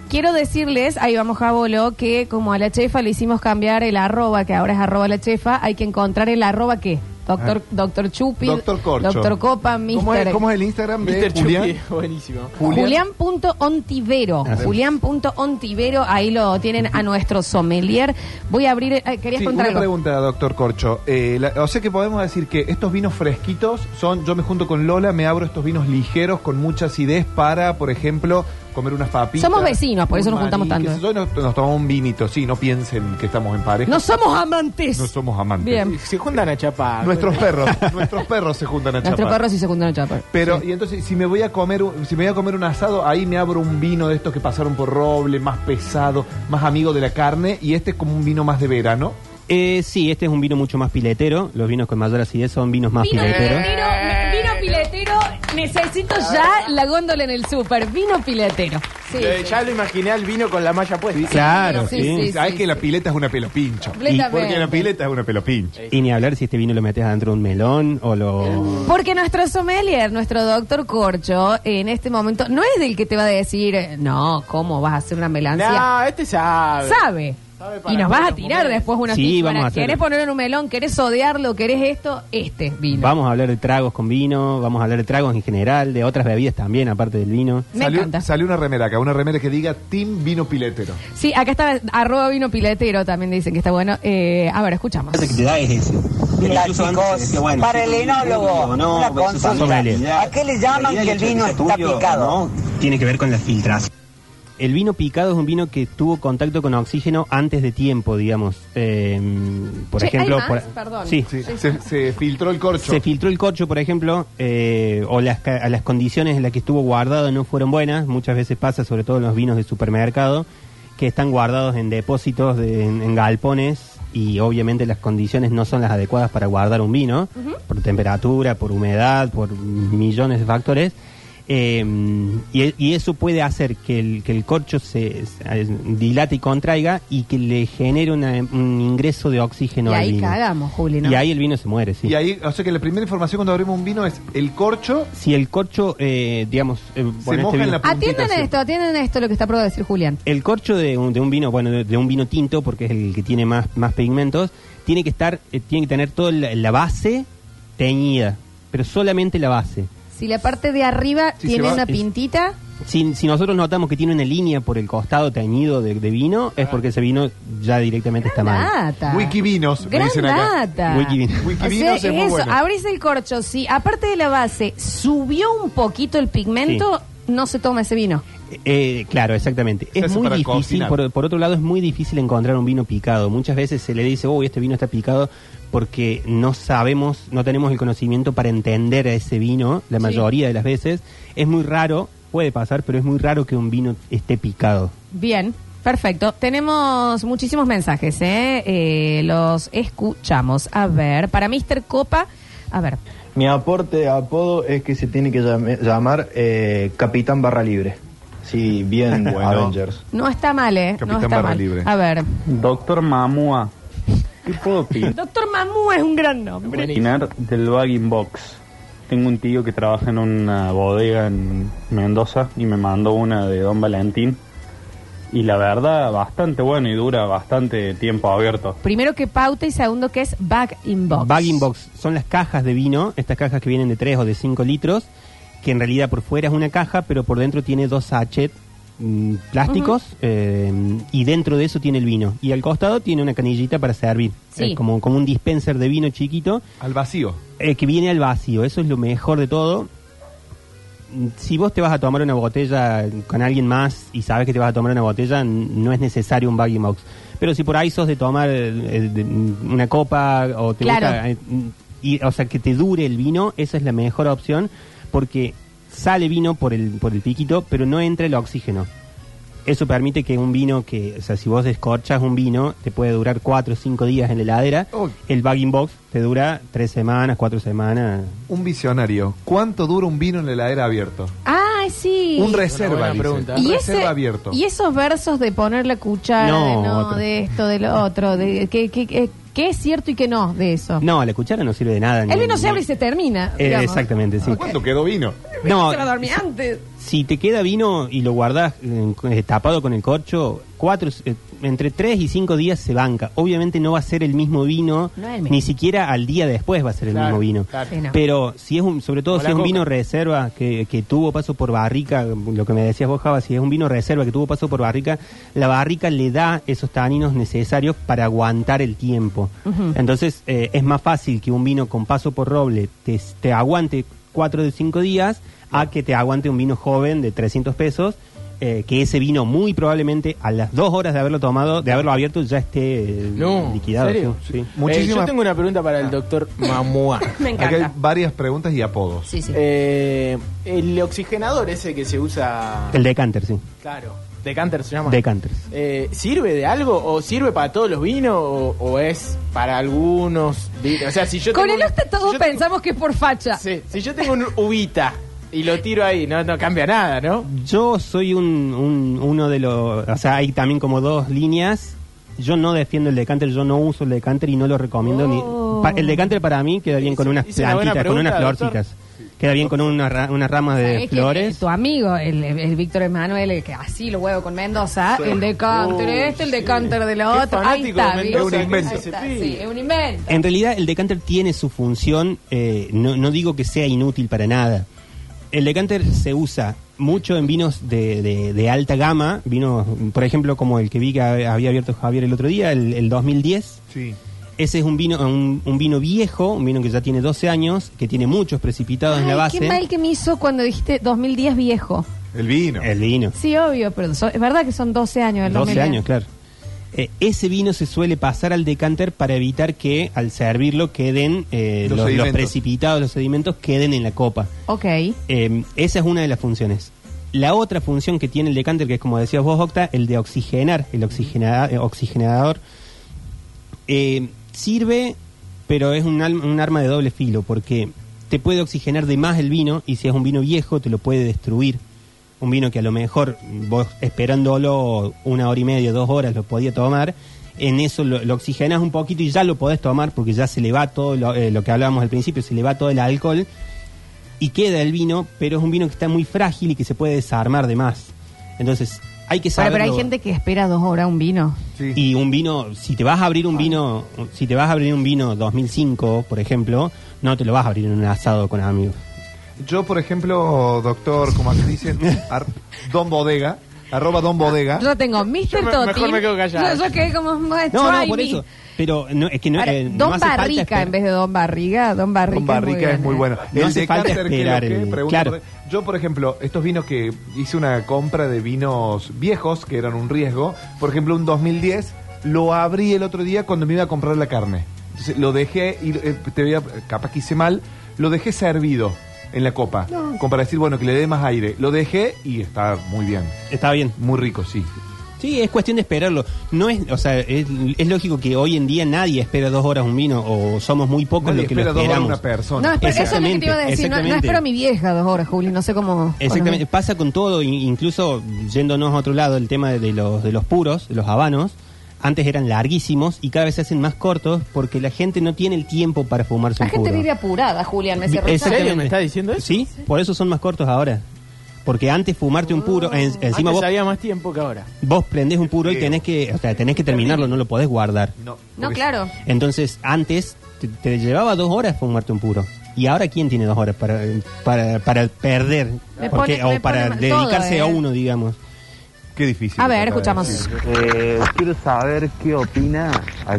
Quiero decirles, ahí vamos Jabolo, que como a la chefa le hicimos cambiar el arroba, que ahora es arroba la chefa, hay que encontrar el arroba ¿qué? Doctor, Ah. Doctor Chupi, Doctor Corcho. Doctor Copa, mister ¿Cómo es, ¿Cómo es el Instagram de mister Julián? Chucky, buenísimo. Julián punto ontivero. Ah, sí. Julián punto ontivero, ahí lo tienen a nuestro sommelier. Voy a abrir, eh, querías Sí, contar una algo. pregunta, doctor Corcho. Eh, la- o sea que podemos decir que estos vinos fresquitos son, yo me junto con Lola, me abro estos vinos ligeros con mucha acidez para, por ejemplo, comer unas papitas. Somos vecinos, por eso un nos juntamos maní, tanto. qué sé yo, y nos, nos tomamos un vinito, sí, no piensen que estamos en pareja. No somos amantes. No somos amantes. Bien. Se juntan a chapar. Nuestros perros, nuestros perros se juntan a Nuestro chapar. perro sí se junta en el chapa. Pero, Sí. y entonces, si me voy a comer un- si me voy a comer un asado, ahí me abro un vino de estos que pasaron por roble, más pesado, más amigo de la carne, y este es como un vino más de verano. Eh, sí, este es un vino mucho más piletero. Los vinos con mayor acidez son vinos más Vino pileteros. piletero, vino piletero, necesito ya la góndola en el súper. Vino piletero. Sí, Eh, sí. Ya lo imaginé al vino con la malla puesta. Claro, Sí, sí. sí, Sabes sí, que sí. la pileta es una pelo pincho. Completamente. Porque la pileta es una pelo pincho. Y ni hablar si este vino lo metes adentro de un melón o lo... Porque nuestro sommelier, nuestro doctor Corcho, en este momento, no es del que te va a decir, eh, no, ¿cómo vas a hacer una melancia? No, este sabe. Sabe. Sabe para Y nos todos vas a los tirar momentos. después una Sí, pizza. vamos a hacer- ¿Querés ponerlo en un melón? ¿Querés odiarlo? ¿Querés esto? Este vino. Vamos a hablar de tragos con vino, vamos a hablar de tragos en general, de otras bebidas también, aparte del vino. Me salió, encanta. salió una remera acá, una remera que diga Team Vino Piletero. Sí, acá está arroba vino piletero, también dicen que está bueno. Eh, a ver, escuchamos. que te da es ese. Mira, chicos, para el enólogo, una consulta. ¿A qué le llaman que el vino está picado? Tiene que ver con la filtración. El vino picado es un vino que tuvo contacto con oxígeno antes de tiempo, digamos. Eh, por Che, ejemplo, ¿hay más? por- Perdón. Sí. Sí, se, se filtró el corcho. Se filtró el corcho, por ejemplo, eh, o las, ca- a las condiciones en las que estuvo guardado no fueron buenas. Muchas veces pasa, sobre todo en los vinos de supermercado, que están guardados en depósitos, de- en, en galpones, y obviamente las condiciones no son las adecuadas para guardar un vino, por temperatura, por humedad, por millones de factores. Eh, y, y eso puede hacer que el, que el corcho se, se dilate y contraiga y que le genere una- un ingreso de oxígeno Y al ahí vino. cagamos, Juli, ¿no? Y ahí el vino se muere, sí. Y ahí, o sea que la primera información cuando abrimos un vino es el corcho. Si el corcho, eh, digamos, eh, bueno, moja en vino- la puntita Atiendan siempre. esto, atiendan esto, lo que está por decir Julián. el corcho de un, de un vino, bueno, de, de un vino tinto, porque es el que tiene más, más pigmentos, tiene que estar, eh, tiene que tener toda la, la base teñida, pero solamente la base. Si la parte de arriba Sí, tiene se va- una es- pintita, Si, si nosotros notamos que tiene una línea por el costado teñido de, de vino, es porque ese vino ya directamente está mal. nata. Wikivinos, me Gran dicen acá. nata. Wikivino. O sea, Wikivinos es muy eso, bueno. abrís el corcho, si aparte de la base subió un poquito el pigmento, no se toma ese vino. Eh, claro, exactamente. Se Es hace muy para difícil, cocinar. por, por otro lado, es muy difícil encontrar un vino picado. Muchas veces se le dice, uy, este vino está picado, porque no sabemos, no tenemos el conocimiento para entender a ese vino, la Sí. mayoría de las veces. Es muy raro, puede pasar, pero es muy raro que un vino esté picado. Bien, perfecto. Tenemos muchísimos mensajes, ¿eh? Eh, los escuchamos. A ver, para mister Copa, a ver. Mi aporte de apodo es que se tiene que llame- llamar eh, Capitán Barra Libre. Sí, bien Bueno. Avengers. No está mal, ¿eh? no Capitán está Barra mal. Libre. A ver. Doctor Mamua, ¿qué puedo opinar Doctor Mamú es un gran nombre. del bagging box? Tengo un tío que trabaja en una bodega en Mendoza y me mandó una de Don Valentín. Y la verdad, bastante bueno y dura bastante tiempo abierto. Primero que pauta y segundo que es bag in box. Bagging box son las cajas de vino, estas cajas que vienen de tres o de cinco litros, que en realidad por fuera es una caja, pero por dentro tiene dos sachets mm, plásticos, eh, y dentro de eso tiene el vino. Y al costado tiene una canillita para servir. Sí. Es como, como un dispenser de vino chiquito, Al vacío. eh, que viene al vacío. Eso es lo mejor de todo. Mm, Si vos te vas a tomar una botella con alguien más y sabes que te vas a tomar una botella, n- no es necesario un bagging box. Pero si por ahí sos de tomar eh, de- una copa o te Claro. gusta, eh, y, o sea, que te dure el vino, esa es la mejor opción, porque sale vino por el, por el piquito, pero no entra el oxígeno. Eso permite que un vino que, o sea, si vos descorchas un vino, te puede durar cuatro o cinco días en la heladera. Uy. El bagging box te dura tres semanas, cuatro semanas. Un visionario. ¿Cuánto dura un vino en la heladera abierto? Ah, sí. Un reserva, buena dice. pregunta. Un y, reserva ese- abierto. y esos versos de poner la cuchara, No, de, no, otro. de esto, de lo otro, de que, que, que- ¿Qué es cierto y qué no de eso? No, la cuchara no sirve de nada. El ni- vino se ni- abre y se termina. Eh, digamos. exactamente, sí. ¿Cuánto quedó vino? El vino No, se va a dormir antes. Si te queda vino y lo guardás eh, eh, tapado con el corcho, cuatro, eh, entre tres y cinco días se banca. Obviamente no va a ser el mismo vino, No es el mismo. ni siquiera al día después va a ser el Claro, mismo vino. claro. Sí, no. Pero si es un, sobre todo Como si la es un coca. vino reserva que, que tuvo paso por barrica, lo que me decías vos, Java, si es un vino reserva que tuvo paso por barrica, la barrica le da esos taninos necesarios para aguantar el tiempo. Ujú. Entonces eh, es más fácil que un vino con paso por roble te, te aguante cuatro de cinco días a que te aguante un vino joven de trescientos pesos, eh, que ese vino muy probablemente a las dos horas de haberlo tomado, de haberlo abierto, ya esté eh, No, liquidado. ¿en serio? sí, sí. Muchísimas- Eh, yo tengo una pregunta para el doctor Mamua. Me Acá hay encanta. varias preguntas y apodos. Sí, sí. Eh, el oxigenador ese que se usa... El decanter, sí. Claro. Decanter se llama. Decanters. Eh, ¿Sirve de algo? ¿O sirve para todos los vinos? ¿O, o es para algunos? vi- O sea, si yo Con tengo el un- hasta si todos yo tengo- pensamos que es por facha. Sí, si yo tengo un uvita y lo tiro ahí, no, no cambia nada, ¿no? Yo soy un, un- uno de los... O sea, hay también como dos líneas. Yo no defiendo el decanter, yo no uso el decanter y no lo recomiendo. Oh. Ni, pa- el decanter para mí queda bien con Hice- unas hice una buena plantitas, con unas pregunta, doctor. florcitas. Queda bien con una ra- unas ramas de ¿Sabés que, flores. eh, tu amigo, el, el Víctor Emanuel, el que así lo huevo con Mendoza, el decanter Uh, este, el sí. decanter de la Qué otra. Ahí fanático está, de ¿viste? Mendoza Es un invento. Ahí está, sí, es un invento. En realidad el decanter tiene su función, eh, no, no digo que sea inútil para nada. El decanter se usa mucho en vinos de, de- de alta gama, vinos, por ejemplo, como el que vi que había abierto Javier el otro día, el, el dos mil diez. Sí. Ese es un vino un, un vino viejo, un vino que ya tiene doce años, que tiene muchos precipitados en la Ay, base. qué mal que me hizo cuando dijiste dos mil diez viejo. El vino. El vino. Sí, obvio, pero so- es verdad que son doce años el doce dos mil diez. años, claro. Eh, ese vino se suele pasar al decanter para evitar que al servirlo queden eh, Los los, los sedimentos. precipitados, los sedimentos queden en la copa. Ok. Eh, esa es una de las funciones. La otra función que tiene el decanter, que es como decías vos, Octa, el de oxigenar, el oxigena- eh, oxigenador, eh, sirve, pero es un, al- un arma de doble filo, porque te puede oxigenar de más el vino, y si es un vino viejo te lo puede destruir. Un vino que a lo mejor vos esperándolo una hora y media, dos horas lo podía tomar, en eso lo, lo oxigenas un poquito y ya lo podés tomar porque ya se le va todo lo, eh, lo que hablábamos al principio, se le va todo el alcohol y queda el vino, pero es un vino que está muy frágil y que se puede desarmar de más. Entonces hay que Bueno, saber. pero hay gente que espera dos horas un vino. Sí. Y un vino, si te vas a abrir un vino, si te vas a abrir un vino dos mil cinco, por ejemplo, no te lo vas a abrir en un asado con amigos. Yo, por ejemplo, doctor, como aquí dicen, ar- Don Bodega, arroba Don Bodega. Yo tengo mister Yo me- Totin. mejor me quedo callado. Yo, yo quedé como, "Well, No, no, try por me". eso. Pero no, es que no, Ahora, eh, no Don hace falta Barrica esperar. en vez de Don Barriga. Don Barrica, Don Barrica es muy ¿eh? bueno. No el hace falta decanter, ¿qué es lo esperar que? el- Pregunta claro. por- Yo, por ejemplo, estos vinos que hice una compra de vinos viejos, que eran un riesgo, por ejemplo, un dos mil diez, lo abrí el otro día cuando me iba a comprar la carne. Entonces, lo dejé, y eh, te voy a, capaz que hice mal, lo dejé servido en la copa, como para decir, bueno, que le dé más aire. Lo dejé y está muy bien, Está bien. muy rico, sí. Sí, es cuestión de esperarlo. No es, o sea, es, es lógico que hoy en día nadie espera dos horas un vino, o somos muy pocos Nadie los que lo espera dos horas esperamos. una persona. No, espera, eso es lo que te iba a decir. No, no Exactamente. espero a mi vieja dos horas, Juli. No sé cómo. Exactamente, bueno, pasa con todo, in- incluso yéndonos a otro lado, el tema de, de los de los puros, de los habanos, antes eran larguísimos y cada vez se hacen más cortos porque la gente no tiene el tiempo para fumarse la un gente puro. vive apurada, Julián. Me cierro. ¿En Exactamente. serio me está diciendo eso? Sí, por eso son más cortos ahora. Porque antes fumarte un puro, en- encima Antes vos, había más tiempo que ahora. vos prendés un puro y tenés que, o sea, tenés que terminarlo, no lo podés guardar. No, No, porque- claro. Entonces, antes te, te llevaba dos horas fumarte un puro. Y ahora, ¿quién tiene dos horas para, para, para perder? Me Porque- pone- me o para pone mal dedicarse todo, a ¿eh? uno, digamos. Qué difícil. A ver, acaba de escuchamos. decir. Eh, quiero saber qué opina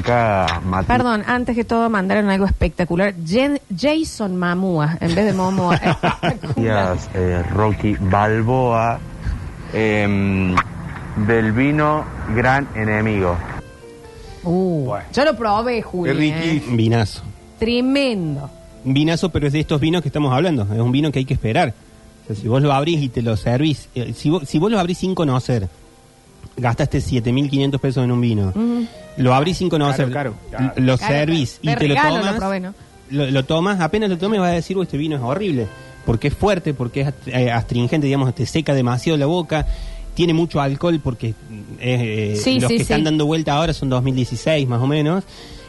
acá Matías. Perdón, antes que todo mandaron algo espectacular. Jen- Jason Mamua en vez de Momoa. Espectacular. eh, Rocky Balboa em, del vino Gran Enemigo. Uh, yo lo probé, Juli. Es ¿eh? riquísimo. Vinazo. Tremendo. Un vinazo, pero es de estos vinos que estamos hablando. Es un vino que hay que esperar. O sea, si vos lo abrís y te lo servís, eh, si vos, si vos lo abrís sin conocer, gastaste siete mil quinientos pesos en un vino, lo abrís sin conocer, Caro, l- lo Claro, servís de y te lo regalo tomas, lo probé, ¿no? lo, lo tomas, apenas lo tomes vas a decir, "Uy, este vino es horrible", porque es fuerte, porque es ast- eh, astringente, digamos, te seca demasiado la boca, tiene mucho alcohol porque eh, eh, Sí, los sí, que sí. están dando vuelta ahora son dos mil dieciséis más o menos.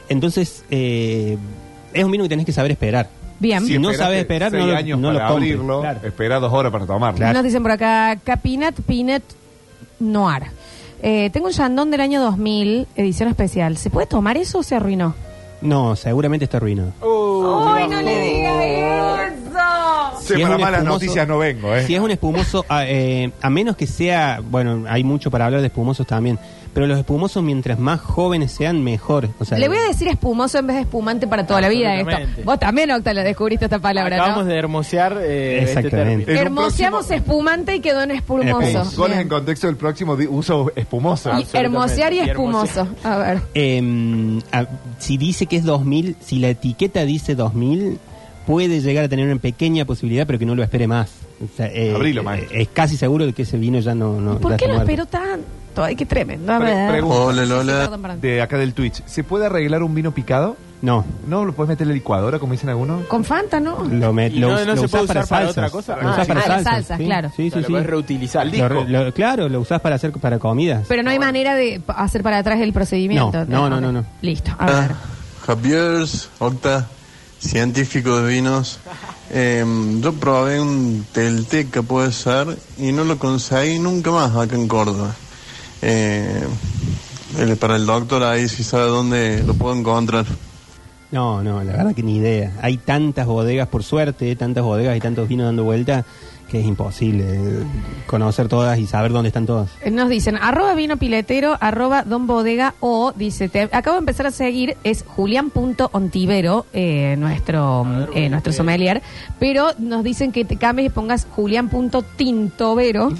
Entonces, eh, es un vino que tenés que saber esperar. Bien. Si, Si no esperaste sabes esperar, no seis lo, años no lo para compres. abrirlo, Claro. espera dos horas para tomarlo. Claro. Nos dicen por acá, Capinat Pinot Noir. Eh, tengo un Chandon del año dos mil, edición especial. ¿Se puede tomar eso o se arruinó? No, seguramente está arruinado. ¡Ay, no le digas eso! Sí, Si es para un malas espumoso- noticias no vengo, ¿eh? Si es un espumoso, a, eh, a menos que sea, bueno, hay mucho para hablar de espumosos también, pero los espumosos mientras más jóvenes sean, mejor. O sea, Le voy a decir espumoso en vez de espumante para toda la vida esto. Absolutamente. Vos también, Octa, le descubriste esta palabra, Acabamos ¿no? de hermosear eh, este Exactamente. término. En un Hermoseamos próximo- espumante y quedó en espumoso. Espumoso. Goles Bien. en contexto del próximo di- uso espumoso. Y Absolutamente. hermosear y Y espumoso. A ver. Eh, a- si dice que es dos mil, si la etiqueta dice dos mil, puede llegar a tener una pequeña posibilidad, pero que no lo espere más. O sea, eh, Abrilo, eh, maestro. es casi seguro de que ese vino ya no... no ¿Por ya qué está lo muerto. espero tanto? Ay, qué tremendo. A Pre- ver. pregunta. Hola Sí, Lola, perdón, perdón. De acá del Twitch, ¿se puede arreglar un vino picado? No, ¿No lo puedes meter en la licuadora, como dicen algunos? Con Fanta, ¿no? lo, met- ¿Y lo, no- us- no lo se usás puede para usar para salsas. otra cosa? Lo usás Ah, para ah, las salsas, salsas, sí. claro. Sí, sí, O sea, lo sí. puedes reutilizar. Al disco. Lo re- lo- claro, lo usás para hacer para comidas. Pero no hay manera de p- hacer para atrás el procedimiento. No, no, Ok. no, no, no. Listo, a ver. Ah, Javier, Octa, científico de vinos. Eh, yo probé un Telteca, puede ser, y no lo conseguí nunca más acá en Córdoba. Eh, el- para el doctor ahí si sabe dónde lo puedo encontrar. No, no, la verdad que ni idea. Hay tantas bodegas, por suerte, tantas bodegas y tantos vinos dando vuelta que es imposible eh, conocer todas y saber dónde están todas. Eh, Nos dicen, arroba vino piletero, arroba don bodega o, dice, te acabo de empezar a seguir, es julián.ontivero, eh, nuestro, eh, nuestro sommelier, pero nos dicen que te cambies y pongas julián.tintovero.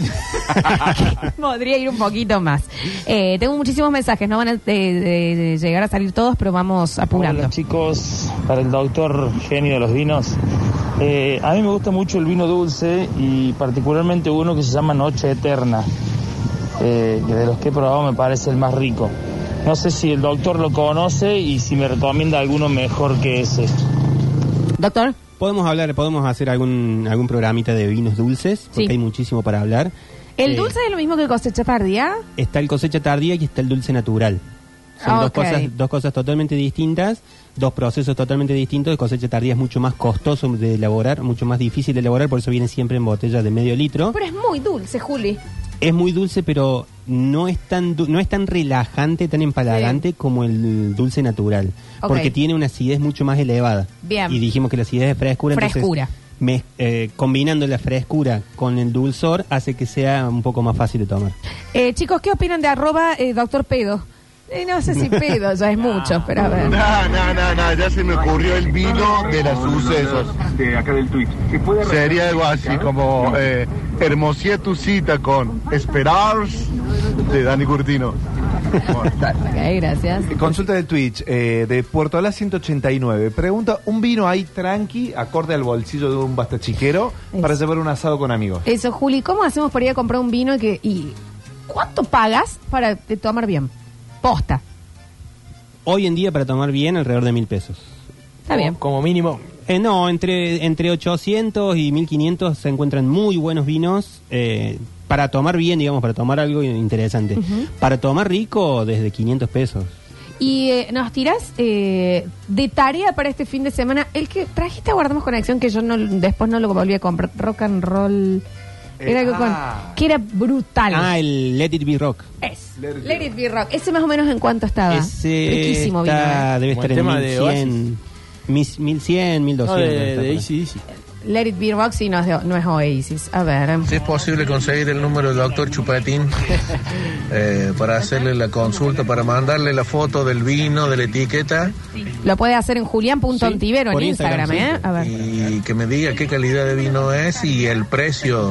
Podría ir un poquito más. Eh, tengo muchísimos mensajes, no van a de- de- de llegar a salir todos, pero vamos apurando. Hola chicos, para el doctor genio de los vinos. Eh, a mí me gusta mucho el vino dulce y particularmente uno que se llama Noche Eterna, eh, que de los que he probado me parece el más rico. No sé si el doctor lo conoce y si me recomienda alguno mejor que ese. Doctor. Podemos hablar, podemos hacer algún algún programita de vinos dulces, porque Sí. hay muchísimo para hablar. ¿El Eh, dulce es lo mismo que el cosecha tardía? Está el cosecha tardía y está el dulce natural. Son Ah, dos ok. cosas dos cosas totalmente distintas, dos procesos totalmente distintos. El cosecha tardía es mucho más costoso de elaborar, mucho más difícil de elaborar, por eso viene siempre en botellas de medio litro. Pero es muy dulce, Juli. Es muy dulce, pero no es tan du- no es tan relajante, tan empalagante como el dulce natural, Ok. porque tiene una acidez mucho más elevada. Bien. Y dijimos que la acidez es frescura, Frescura. entonces me- eh, combinando la frescura con el dulzor hace que sea un poco más fácil de tomar. Eh, chicos, ¿qué opinan de arroba eh, doctor pedo? Eh, no sé si pedo ya es mucho, pero a ver. No, no, no, no, ya se me ocurrió el vino de los sucesos. De acá del Twitch. ¿Se puede Sería algo así como eh, Hermosía tu cita con Esperars de Dani Curtino. Ok, gracias. Consulta del Twitch, eh, de Puerto La ciento ochenta y nueve. Pregunta, ¿un vino ahí tranqui, acorde al bolsillo de un bastachiquero, para Eso. llevar un asado con amigos? Eso, Juli, ¿cómo hacemos para ir a comprar un vino y que y cuánto pagas para te tomar bien? Posta. Hoy en día para tomar bien alrededor de mil pesos. Está bien. Como mínimo. Eh, no, entre, entre ochocientos y mil quinientos se encuentran muy buenos vinos eh, para tomar bien, digamos, para tomar algo interesante. Ujú. Para tomar rico, desde quinientos pesos. Y eh, nos tiras eh, de tarea para este fin de semana. El que trajiste a Guardamos Conexión, que yo no después no lo volví a comprar. Rock and roll. Era algo con, ah. que era brutal. Ah, el Let It Be Rock. Es. Let It Be Let It Be Rock. Ese más o menos en cuánto estaba. Ese Riquísimo vino. está, eh. debe Como estar el en tema de mil cien, mil- mil cien, mil No, doscientos. de, está de por ahí. A C D C. Let It Be Rock, sí, no es, de- no es Oasis. A ver. Si es posible conseguir el número del doctor Chupatín eh, para hacerle la consulta, para mandarle la foto del vino, de la etiqueta Lo puede hacer en julián.ontivero Sí, por en Instagram, Instagram, ¿eh? A ver. y que me diga qué calidad de vino es y el precio,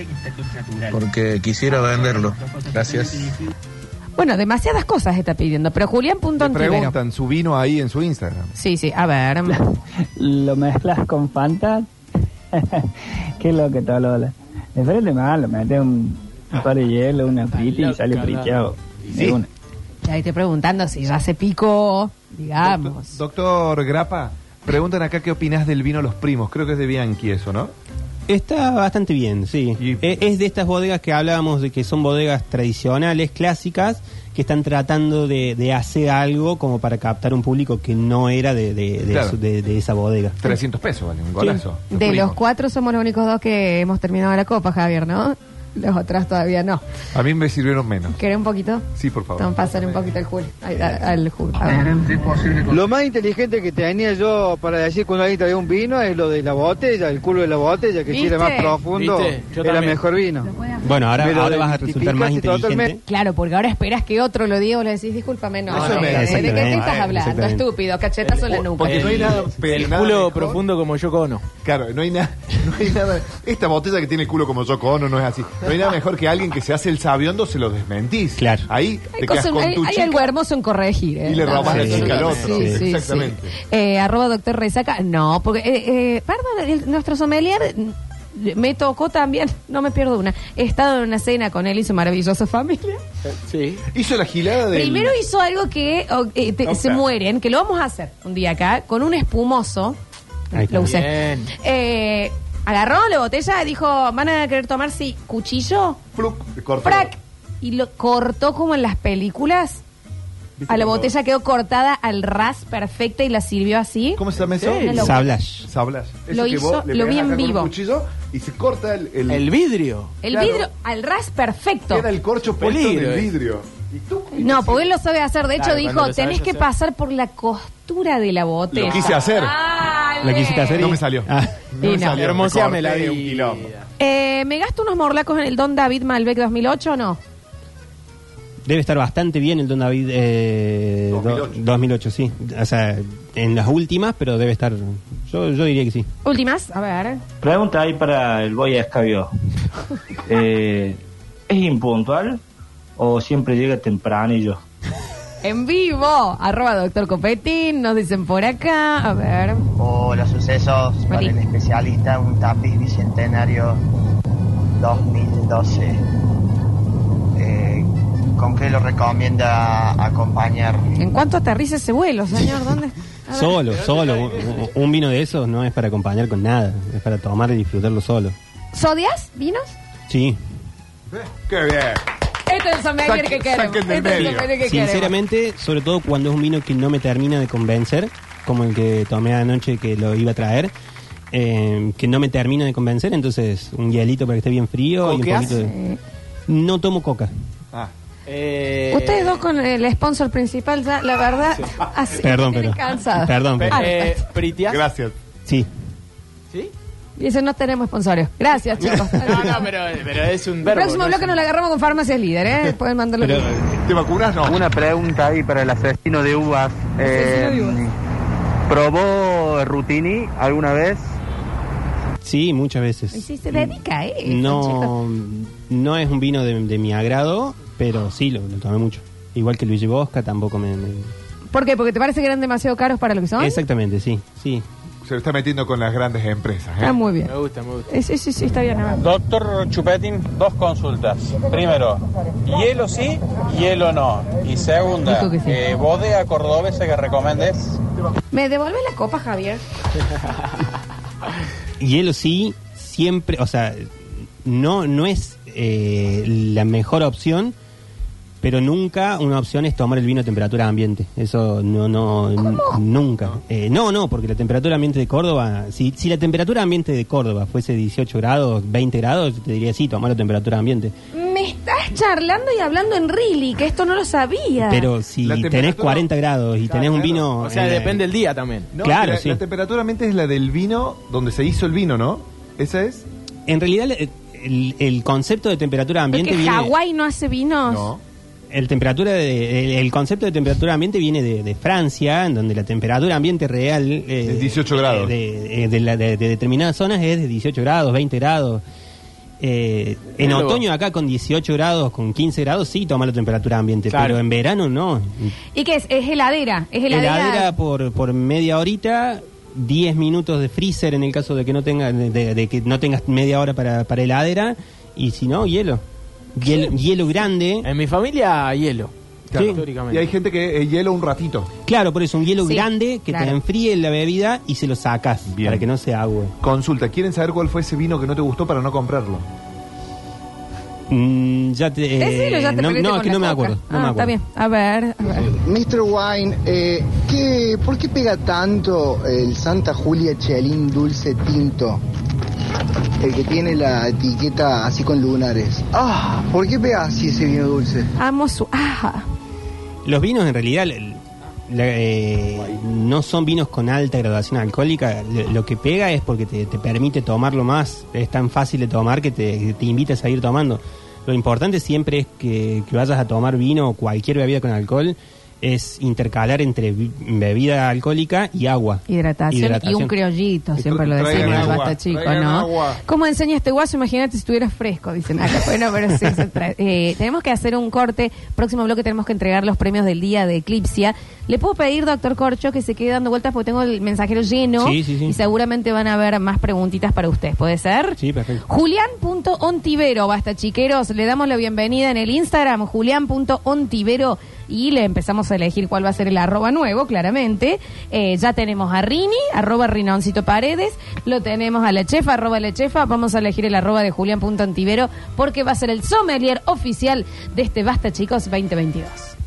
porque quisiera venderlo. Gracias. Bueno, demasiadas cosas está pidiendo, pero Le julián.ontivero. preguntan su vino ahí en su Instagram. Sí, sí, a ver. ¿Lo mezclas con Fanta? Qué loco todo, Lola. De frente mal, lo metes un, un par de hielo, una frita y sale fricheado. De una. Ya estoy preguntando si ya se picó, digamos. Doctor Grapa, preguntan acá qué opinas del vino Los Primos. Creo que es de Bianchi eso, ¿no? Está bastante bien, sí. Y- Eh, Es de estas bodegas que hablábamos de que son bodegas tradicionales, clásicas, que están tratando de, de hacer algo como para captar un público que no era de, de, de, Claro. su- de- de esa bodega. trescientos pesos, vale, un golazo. Lo De pudimos. los cuatro somos los únicos dos que hemos terminado la copa, Javier, ¿no? Los otros todavía no. A mí me sirvieron menos. ¿Querés un poquito? Sí, por favor. Vamos a pasar un poquito al Julio. Al, al- al Julio. A ver. Lo más inteligente que tenía yo para decir cuando alguien traía un vino es lo de la botella, el culo de la botella, que si ¿Viste? era más profundo, ¿Viste? Yo era también. mejor vino. Bueno, ahora, Me lo ahora vas a resultar más desmitificaste inteligente. totalmente. Claro, porque ahora esperas que otro lo diga o le decís, discúlpame, no. Eso no, me- ¿de, de qué exactamente. estás hablando? Exactamente. Estúpido, cachetazo en la nuca. Porque no hay nada, El nada culo mejor. profundo como Yoko Ono. Claro, no hay nada, no hay nada. Esta botella que tiene el culo como Yoko Ono no es así. No hay nada mejor que alguien que se hace el sabiondo, se lo desmentís. Claro. Ahí Hay, te quedas cosas- con hay- tu hay chica algo hermoso en corregir. ¿eh? y le robas la sí, chica al otro. Sí, sí, Exactamente. sí. Eh, arroba doctor Resaca. No, porque, eh, eh, perdón, el- nuestro sommelier mm, me tocó también, no me pierdo una. He estado en una cena con él y su maravillosa familia. Sí. Hizo la gilada del... Primero hizo algo que oh, eh, te- Opa. se mueren, que lo vamos a hacer un día acá, con un espumoso. Ahí está. Lo usé. Bien. Eh, agarró la botella y dijo, ¿van a querer tomar, sí, cuchillo? Fluc, cortó. ¡Frac! Y lo cortó como en las películas. ¿Viste A la cuando- botella quedó cortada al ras perfecta y la sirvió así. ¿Cómo se llama eso? Una locura. Sablash. Sablas. Eso Lo que hizo- vos le lo pegás vi en acá con un vivo. cuchillo y se corta el... el, El vidrio. El Claro. vidrio al ras perfecto. Queda el corcho puesto Peligro, en el eh. vidrio. Y tú... y No, te porque él sirve. lo sabe hacer. De hecho, Claro, dijo, cuando lo tenés sabes que hacer. pasar por la costura de la botella. Lo quise hacer. Dale. ¿Lo quisiste hacer? No y- me salió. Ah. No Y me no. salió. Hermoseame la Me corté vida. un quilombo. Eh, ¿Me gasto unos morlacos en el Don David Malbec dos mil ocho o no? Debe estar bastante bien el Don David eh, dos mil ocho. do- dos mil ocho, sí. O sea, en las últimas, pero debe estar... Yo, yo diría que sí. Últimas, a ver. Pregunta ahí para el Boy Escabio. Eh, ¿Es impuntual o siempre llega tempranillo? En vivo, arroba doctor Copetín, nos dicen por acá, a ver. Hola, sucesos para Mari. el especialista, un tapiz bicentenario dos mil doce. Eh, ¿Con qué lo recomienda acompañar? ¿En cuánto aterriza ese vuelo, señor? ¿Dónde? A ver. Solo, solo. Un, un vino de esos no es para acompañar con nada. Es para tomar y disfrutarlo solo. ¿Sodias? ¿Vinos? Sí. ¡Qué bien! Este es el sommelier Saquen- que queremos. saquen del Este es el medio. sommelier que queremos. Sinceramente, sobre todo cuando es un vino que no me termina de convencer, como el que tomé anoche que lo iba a traer, eh, que no me termina de convencer, entonces un hielito para que esté bien frío y un ¿Coqueás? poquito de... No tomo coca. Ah, Eh, Ustedes dos con el sponsor principal, ya, la verdad, así Perdón, me tienen pero... cansada. Perdón, pero... eh, ¿Pritias? gracias. Sí. ¿Sí? Dice, no tenemos sponsores. Gracias, chicos. No, no, pero, pero es un El verbo. próximo no es bloque un- nos la agarramos con Farmacias Líder, ¿eh? Pueden mandarlo. Pero, ¿Te vacunas? No. Una pregunta ahí para el asesino de uvas. Asesino de uvas. ¿Probó Rutini alguna vez? sí, muchas veces. Sí, se dedica, ¿eh? No, no es un vino de, de mi agrado, pero sí, lo, lo tomé mucho. Igual que Luigi Bosca, tampoco me... me- ¿Por qué? ¿Porque te parece que eran demasiado caros para lo que son? Exactamente, sí, sí. Se lo está metiendo con las grandes empresas. ¿eh? Está muy bien. Me gusta, me gusta. Eh, Sí, sí, sí, está bien. a ver. Doctor Chupetín, dos consultas. Primero, hielo sí, hielo no. Y segunda, Dijo que sí. eh, bodega cordobesa que recomendes. ¿Me devuelves la copa, Javier? Hielo sí, siempre, o sea, no, no es eh, la mejor opción, pero nunca una opción es tomar el vino a temperatura ambiente. Eso no, no, n- nunca. Eh, no, no, porque la temperatura ambiente de Córdoba, si, si la temperatura ambiente de Córdoba fuese dieciocho grados, veinte grados, yo te diría sí, tomar la temperatura ambiente. Me estás charlando y hablando en really, que esto no lo sabía. Pero si La tenés temperatura- cuarenta grados y tenés un Claro. vino... O sea, en la- depende del día también. No, Claro, la, sí. La temperatura ambiente es la del vino donde se hizo el vino, ¿no? ¿Esa es? En realidad, el, el- el concepto de temperatura ambiente Porque viene... Hawái no hace vinos. No. El temperatura de- el, el concepto de temperatura ambiente viene de, de Francia, en donde la temperatura ambiente real eh, Es dieciocho grados. de, de- de la- de- de determinadas zonas es de dieciocho grados, veinte grados. Eh, en Luego- otoño acá con dieciocho grados, con quince grados sí toma la temperatura ambiente, Claro. pero en verano no. ¿Y qué es? Es heladera. Es heladera. Heladera por, por media horita, diez minutos de freezer en el caso de que no tenga de, de- de que no tengas media hora para, para heladera, y si no, hielo. Hielo, hielo grande. En mi familia, hielo. Claro. Sí. Y hay gente que eh, hielo un ratito. Claro, por eso un hielo Sí, grande que claro. te enfríe la bebida y se lo sacas Bien. para que no se agüe. Consulta, ¿quieren saber cuál fue ese vino que no te gustó para no comprarlo? Mm, ya te, eh, Decilo, ya te no, peleaste no, con es que la no me coca. acuerdo. No ah, me está acuerdo. bien. A ver, a ver. mister Wine, eh, ¿qué, ¿por qué pega tanto el Santa Julia Chelín Dulce Tinto? El que tiene la etiqueta así con lunares. Ah, ¿por qué pega así ese vino dulce? Amo su... Ah, Los vinos en realidad la- la- eh, no son vinos con alta graduación alcohólica. Lo, lo que pega es porque te, te permite tomarlo más. Es tan fácil de tomar que te, que te invita a seguir tomando. Lo importante siempre es que, que vayas a tomar vino o cualquier bebida con alcohol, es intercalar entre vi- bebida alcohólica y agua. hidratación, y un criollito, siempre lo Traigan decimos, agua, basta chico, traigan ¿no? agua. ¿Cómo enseña este guaso? Imagínate si estuviera fresco, dicen acá. Bueno, pero sí, se trae. Eh, tenemos que hacer un corte. Próximo bloque tenemos que entregar los premios del día de Eclipsia. ¿Le puedo pedir, doctor Corcho, que se quede dando vueltas porque tengo el mensajero lleno? Sí, sí, sí. Y seguramente van a haber más preguntitas para usted, ¿puede ser? Sí, perfecto. Julián.ontivero, basta chiqueros, le damos la bienvenida en el Instagram, Julián.ontivero, y le empezamos a elegir cuál va a ser el arroba nuevo, claramente. Eh, ya tenemos a Rini, arroba Rinoncito Paredes, lo tenemos a la chefa, arroba la chefa, vamos a elegir el arroba de Julián.ontivero porque va a ser el sommelier oficial de este Basta Chicos veinte veintidós.